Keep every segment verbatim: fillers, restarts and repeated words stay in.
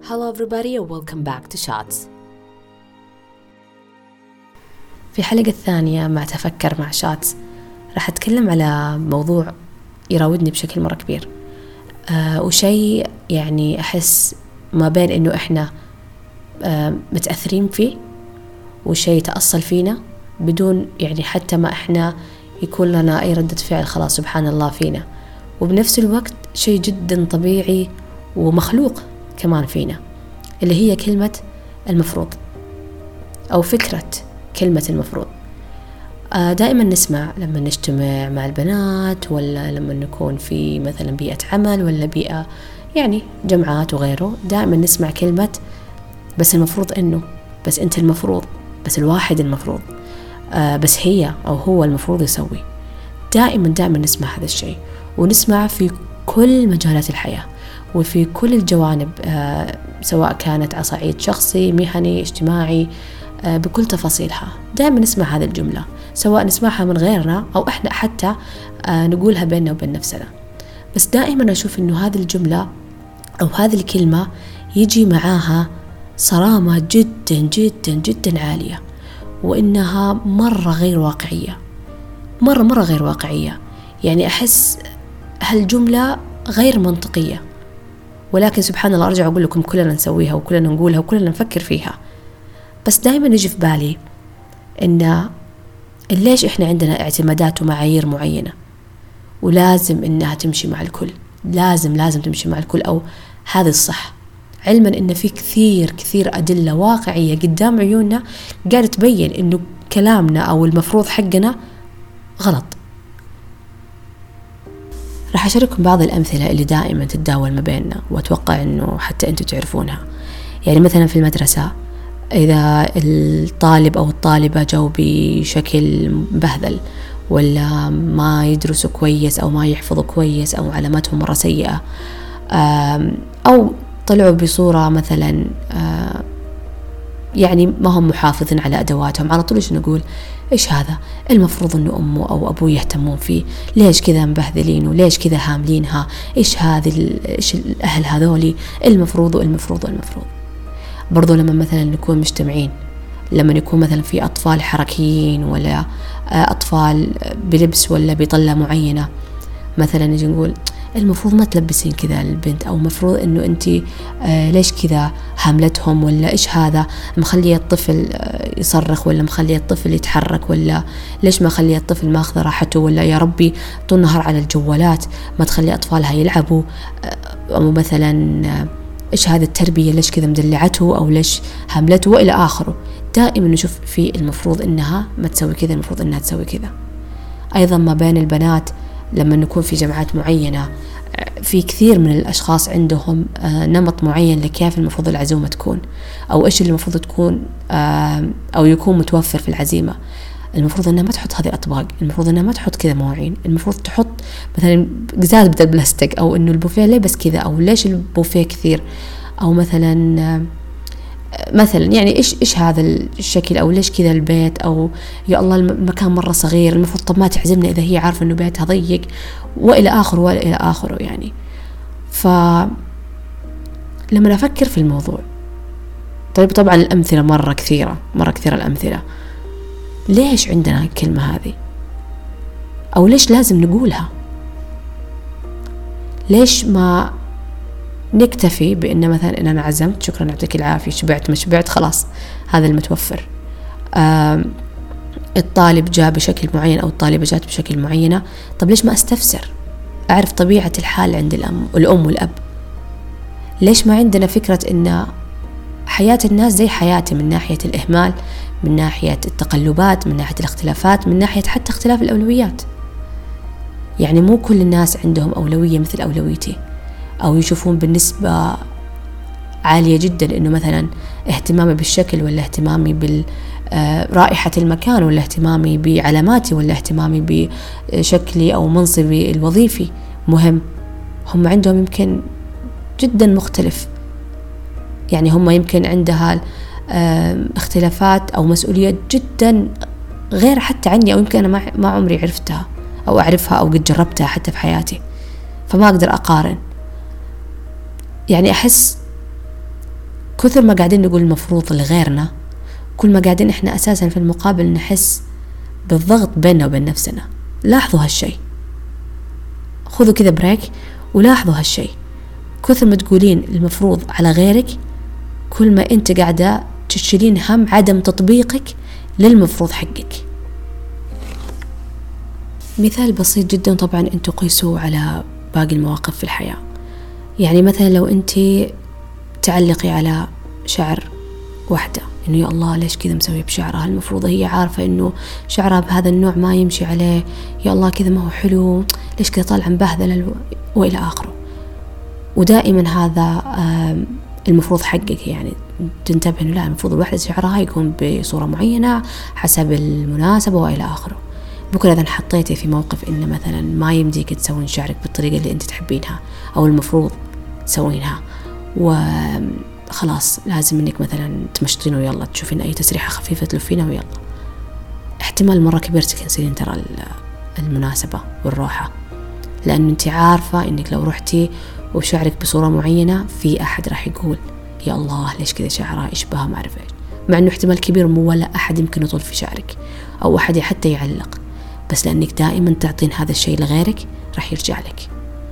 Hello everybody and welcome back to Shots. في الحلقة الثانية مع تفكر مع شاتس راح أتكلم على موضوع يراودني بشكل مرة كبير أه وشيء يعني أحس ما بين إنه إحنا أه متأثرين فيه وشيء تأصل فينا بدون يعني حتى ما إحنا يكون لنا أي ردة فعل، خلاص سبحان الله فينا، وبنفس الوقت شيء جدا طبيعي ومخلوق كمان فينا، اللي هي كلمة المفروض أو فكرة كلمة المفروض. دائما نسمع لما نجتمع مع البنات ولا لما نكون في مثلا بيئة عمل ولا بيئة يعني جمعات وغيره، دائما نسمع كلمة بس المفروض إنه، بس أنت المفروض، بس الواحد المفروض، بس هي أو هو المفروض يسوي. دائما دائما نسمع هذا الشيء، ونسمع في كل مجالات الحياة وفي كل الجوانب، سواء كانت على صعيد شخصي مهني اجتماعي، بكل تفاصيلها دائما نسمع هذه الجملة، سواء نسمعها من غيرنا أو إحنا حتى نقولها بيننا وبين نفسنا. بس دائما أشوف إنه هذه الجملة أو هذه الكلمة يجي معاها صرامة جدا جدا جدا عالية، وإنها مرة غير واقعية، مرة مرة غير واقعية. يعني أحس هالجملة غير منطقية، ولكن سبحان الله أرجع أقول لكم كلنا نسويها وكلنا نقولها وكلنا نفكر فيها. بس دائما يجي في بالي إن ليش إحنا عندنا اعتمادات ومعايير معينة ولازم إنها تمشي مع الكل، لازم لازم تمشي مع الكل، أو هذا الصح، علما إن في كثير كثير أدلة واقعية قدام عيوننا قاعدة تبين إنه كلامنا أو المفروض حقنا غلط. راح أشارككم بعض الأمثلة اللي دائما تتداول ما بيننا، وأتوقع إنه حتى أنتوا تعرفونها. يعني مثلا في المدرسة، إذا الطالب أو الطالبة جو بشكل مبهذل ولا ما يدرسوا كويس أو ما يحفظوا كويس أو علاماتهم مرة سيئة، أو طلعوا بصورة مثلا يعني ما هم محافظين على أدواتهم، على طول إيش نقول؟ إيش هذا؟ المفروض إنه أمه أو أبوه يهتمون فيه، ليش كذا مبهذلينه؟ ليش كذا هاملينها؟ إيش هذه إيش الأهل هذولي؟ المفروض والمفروض والمفروض. برضو لما مثلا نكون مجتمعين، لما يكون مثلا في أطفال حركيين ولا أطفال بلبس ولا بطلة معينة، مثلا نجي نقول المفروض ما تلبسين كذا البنت، أو مفروض إنه أنتي آه ليش كذا هاملتهم، ولا إيش هذا مخليه الطفل آه يصرخ، ولا مخليه الطفل يتحرك، ولا ليش ما خليه الطفل ما أخذ راحته، ولا يا ربي طول النهار على الجوالات ما تخلي أطفالها يلعبوا، آه أو مثلا آه إيش هذا التربية، ليش كذا مدلعته أو ليش هاملته وإلى آخره. دائما نشوف في المفروض إنها ما تسوي كذا، المفروض إنها تسوي كذا. أيضا ما بين البنات لما نكون في جماعات معينة، في كثير من الأشخاص عندهم نمط معين لكيف المفروض العزومة تكون، أو إيش اللي المفروض تكون أو يكون متوفر في العزيمة. المفروض أنها ما تحط هذه الأطباق، المفروض أنها ما تحط كذا مواعين، المفروض تحط مثلا قزاز بدل بلاستيك، أو إنه البوفيه ليه بس كذا، أو ليش البوفيه كثير، أو مثلا مثلا يعني إيش إيش هذا الشكل، أو ليش كذا البيت، أو يا الله المكان مرة صغير، المفروض طب ما تعزمنا إذا هي عارفة إنه بيتها ضيق، وإلى آخره وإلى آخره. يعني فلما نفكر في الموضوع، طيب طبعا الأمثلة مرة كثيرة مرة كثيرة الأمثلة، ليش عندنا الكلمة هذه، أو ليش لازم نقولها؟ ليش ما نكتفي بأن مثلا إن أنا عزمت شكرا يعطيك العافية، شبعت ما شبعت خلاص هذا المتوفر. الطالب جاء بشكل معين أو الطالبة جات بشكل معينة، طب ليش ما أستفسر أعرف طبيعة الحال عند الأم والأم والأب؟ ليش ما عندنا فكرة إن حياة الناس زي حياتي، من ناحية الإهمال، من ناحية التقلبات، من ناحية الاختلافات، من ناحية حتى اختلاف الأولويات. يعني مو كل الناس عندهم أولوية مثل أولويتي، أو يشوفون بالنسبة عالية جدا إنه مثلا اهتمامي بالشكل، ولا اهتمامي برائحة المكان، ولا اهتمامي بعلاماتي، ولا اهتمامي بشكلي أو منصبي الوظيفي مهم. هم عندهم يمكن جدا مختلف، يعني هم يمكن عندها اختلافات أو مسؤوليات جدا غير حتى عني، أو يمكن أنا ما ما عمري عرفتها أو أعرفها أو قد جربتها حتى في حياتي، فما أقدر أقارن. يعني أحس كثر ما قاعدين نقول المفروض لغيرنا، كل ما قاعدين إحنا أساسا في المقابل نحس بالضغط بيننا وبين نفسنا. لاحظوا هالشي، خذوا كذا بريك ولاحظوا هالشي. كثر ما تقولين المفروض على غيرك، كل ما أنت قاعدة تشيلين هم عدم تطبيقك للمفروض حقك. مثال بسيط جدا طبعا أنتوا قيسوه على باقي المواقف في الحياة. يعني مثلا لو أنت تعلقي على شعر واحدة، إنه يا الله ليش كذا مسوي بشعرها، المفروض هي عارفة إنه شعرها بهذا النوع ما يمشي عليه، يا الله كذا ما هو حلو، ليش كذا طالع مبهذل وإلى آخره. ودائما هذا المفروض حقك، يعني تنتبه إنه لا، المفروض الواحدة شعرها يكون بصورة معينة حسب المناسبة وإلى آخره. بكرة إذا حطيتي في موقف إن مثلا ما يمديك تسوين شعرك بالطريقة اللي أنت تحبينها أو المفروض تسوينها، وخلاص لازم إنك مثلا تمشطين ويلا تشوفين أي تسريحة خفيفة تلفينها ويلا، احتمال مرة كبير تكنسلين ترى المناسبة والروحة، لأن أنت عارفة إنك لو رحتي وشعرك بصورة معينة في أحد راح يقول يا الله ليش كذا شعرها يشبهها ما أعرف إيش، مع إنه احتمال كبير مو ولا أحد يمكن يطول في شعرك أو أحد حتى يعلق، بس لأنك دائما تعطين هذا الشيء لغيرك راح يرجع لك.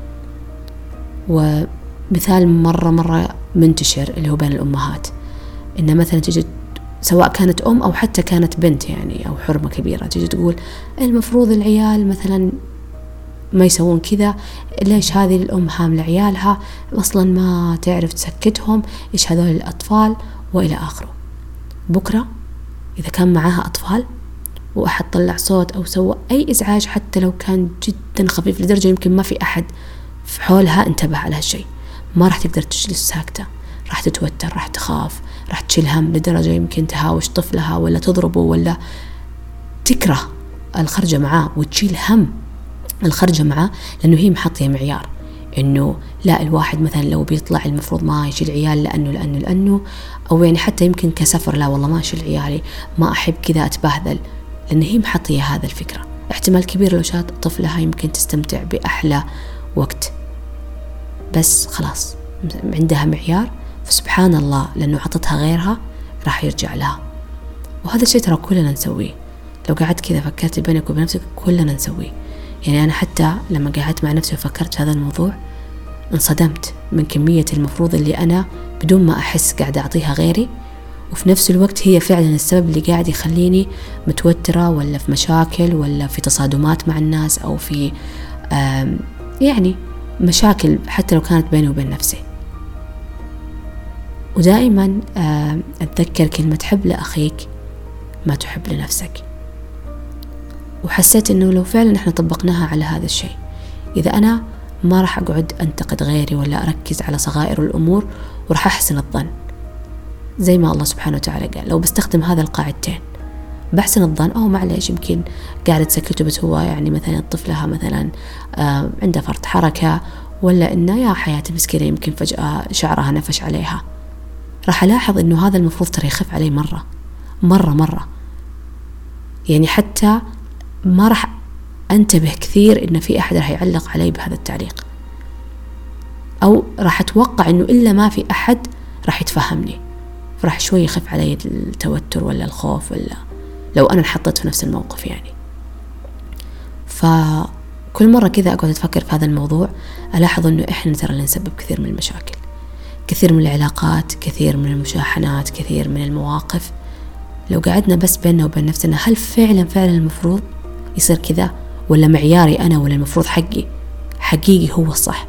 ومثال مرة مرة منتشر اللي هو بين الأمهات، إن مثلا تجد سواء كانت أم أو حتى كانت بنت يعني أو حرمة كبيرة، تجي تقول المفروض العيال مثلا ما يسوون كذا، ليش هذه الأم حاملة عيالها أصلا ما تعرف تسكتهم، إيش هذول الأطفال وإلى آخره. بكرة إذا كان معاها أطفال وأحد طلع صوت أو سوى أي إزعاج حتى لو كان جدا خفيف لدرجة يمكن ما في أحد في حولها انتبه على هالشيء، ما راح تقدر تجلس ساكتة، راح تتوتر، راح تخاف، راح تشيل هم لدرجة يمكن تهاوش طفلها ولا تضربه ولا تكره الخرجة معاه وتشيل هم الخرجة معاه، لأنه هي محطية معيار إنه لا، الواحد مثلا لو بيطلع المفروض ما يشيل عيال لأنه لأنه لأنه أو يعني حتى يمكن كسفر، لا والله ما أشيل عيالي، ما أحب كذا أتبهذل، لأن هي محطية هذا الفكرة. احتمال كبير لو شات طفلها يمكن تستمتع بأحلى وقت، بس خلاص عندها معيار، فسبحان الله لأنه عطتها غيرها راح يرجع لها. وهذا الشيء ترى كلنا نسويه، لو قعدت كذا فكرت بينك وبين نفسك كلنا نسويه. يعني أنا حتى لما قعدت مع نفسي وفكرت في هذا الموضوع انصدمت من كمية المفروض اللي أنا بدون ما أحس قاعد أعطيها غيري، وفي نفس الوقت هي فعلا السبب اللي قاعد يخليني متوترة ولا في مشاكل ولا في تصادمات مع الناس أو في يعني مشاكل حتى لو كانت بيني وبين نفسي. ودائما أتذكر كلمة حب لأخيك ما تحب لنفسك. وحسيت إنه لو فعلا إحنا طبقناها على هذا الشيء، إذا أنا ما راح أقعد أنتقد غيري ولا أركز على صغائر الأمور وراح أحسن الظن، زي ما الله سبحانه وتعالى قال لو بستخدم هذا القاعدتين بحسن الظن، أو معليش يمكن قاعدة تسكته بس هو يعني مثلا طفلها مثلا آه عنده فرط حركة، ولا إنه يا حياتي مسكينة يمكن فجأة شعرها نفش عليها، راح ألاحظ إنه هذا المفروض ترى يخف عليه مرة مرة مرة. يعني حتى ما راح أنتبه كثير إن في أحد راح يعلق علي بهذا التعليق، أو راح أتوقع إنه إلا ما في أحد راح يتفهمني، فراح شوي يخف علي التوتر ولا الخوف، ولا لو أنا انحطيت في نفس الموقف يعني. فكل مرة كذا أقعد أتفكر في هذا الموضوع ألاحظ إنه إحنا ترى اللي نسبب كثير من المشاكل، كثير من العلاقات، كثير من المشاحنات، كثير من المواقف. لو قعدنا بس بيننا وبين نفسنا هل فعلا فعلا المفروض يصير كذا، ولا معياري أنا ولا المفروض حقي حقيقي هو الصح؟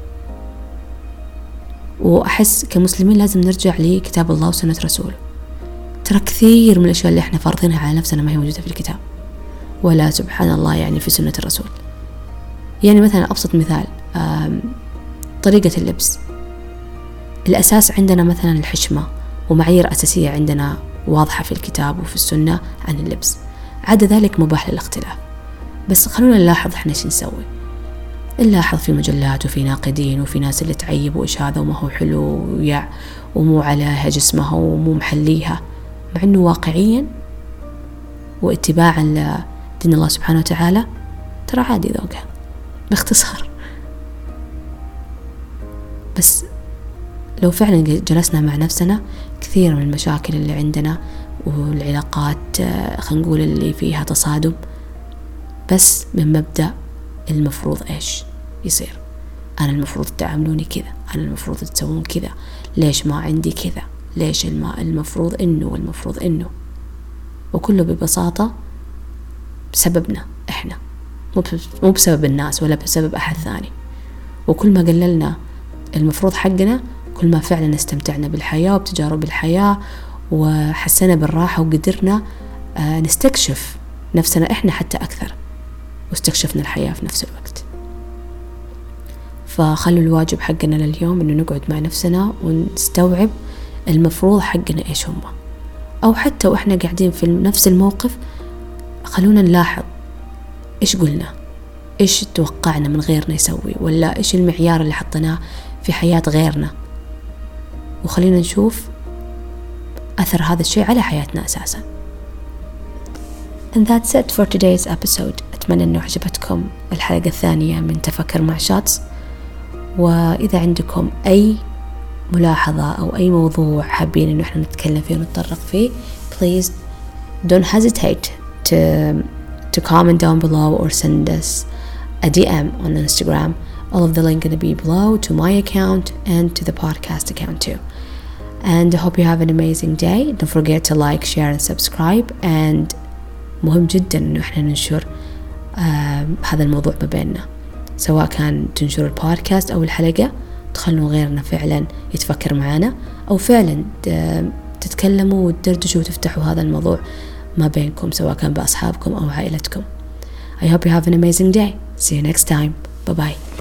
وأحس كمسلمين لازم نرجع لكتاب الله وسنة رسوله. ترى كثير من الأشياء اللي احنا فارضينها على نفسنا ما هي موجودة في الكتاب ولا سبحان الله يعني في سنة الرسول. يعني مثلا أبسط مثال طريقة اللبس، الأساس عندنا مثلا الحشمة ومعايير أساسية عندنا واضحة في الكتاب وفي السنة عن اللبس، عدا ذلك مباح للاختلاف. بس خلونا نلاحظ احنا شو نسوي، نلاحظ في مجلات وفي ناقدين وفي ناس اللي تعيب وإيش هذا وما هو حلو ويع ومو عليها جسمها ومو محليها، مع أنه واقعيا واتباعا لدين الله سبحانه وتعالى ترى عادي ذوقها باختصار. بس لو فعلا جلسنا مع نفسنا كثير من المشاكل اللي عندنا والعلاقات خلينا نقول اللي فيها تصادم بس من مبدأ المفروض إيش يصير. أنا المفروض تعاملوني كذا، أنا المفروض تسوون كذا، ليش ما عندي كذا، ليش الما المفروض إنه والمفروض إنه، وكله ببساطة بسببنا إحنا، مو بسبب الناس ولا بسبب أحد ثاني. وكل ما قللنا المفروض حقنا كل ما فعلا استمتعنا بالحياة وبتجارب الحياة وحسنا بالراحة وقدرنا نستكشف نفسنا إحنا حتى أكثر واستكشفنا الحياة في نفس الوقت. فخلوا الواجب حقنا لليوم إنه نقعد مع نفسنا ونستوعب المفروض حقنا إيش هم، أو حتى وإحنا قاعدين في نفس الموقف خلونا نلاحظ إيش قلنا، إيش توقعنا من غيرنا يسوي، ولا إيش المعيار اللي حطيناه في حياة غيرنا، وخلينا نشوف أثر هذا الشيء على حياتنا أساسا. And that's it for today's episode. أتمنى أنه عجبتكم الحلقة الثانية من تفكر مع شاتس. وإذا عندكم أي ملاحظة أو أي موضوع حابين أنه إحنا نتكلم فيه ونتطرق فيه, please don't hesitate to to comment down below or send us a D M on Instagram. All of the link going to be below to my account and to the podcast account too. And I hope you have an amazing day. Don't forget to like, share and subscribe. And مهم جدا إنه إحنا ننشر آه هذا الموضوع ما بيننا, سواء كان تنشر البودكاست أو الحلقة, تخلوا غيرنا فعلا يتفكر معنا, أو فعلا تتكلموا وتدردشوا وتفتحوا هذا الموضوع ما بينكم, سواء كان بأصحابكم أو عائلتكم. I hope you have an amazing day. See you next time. Bye bye.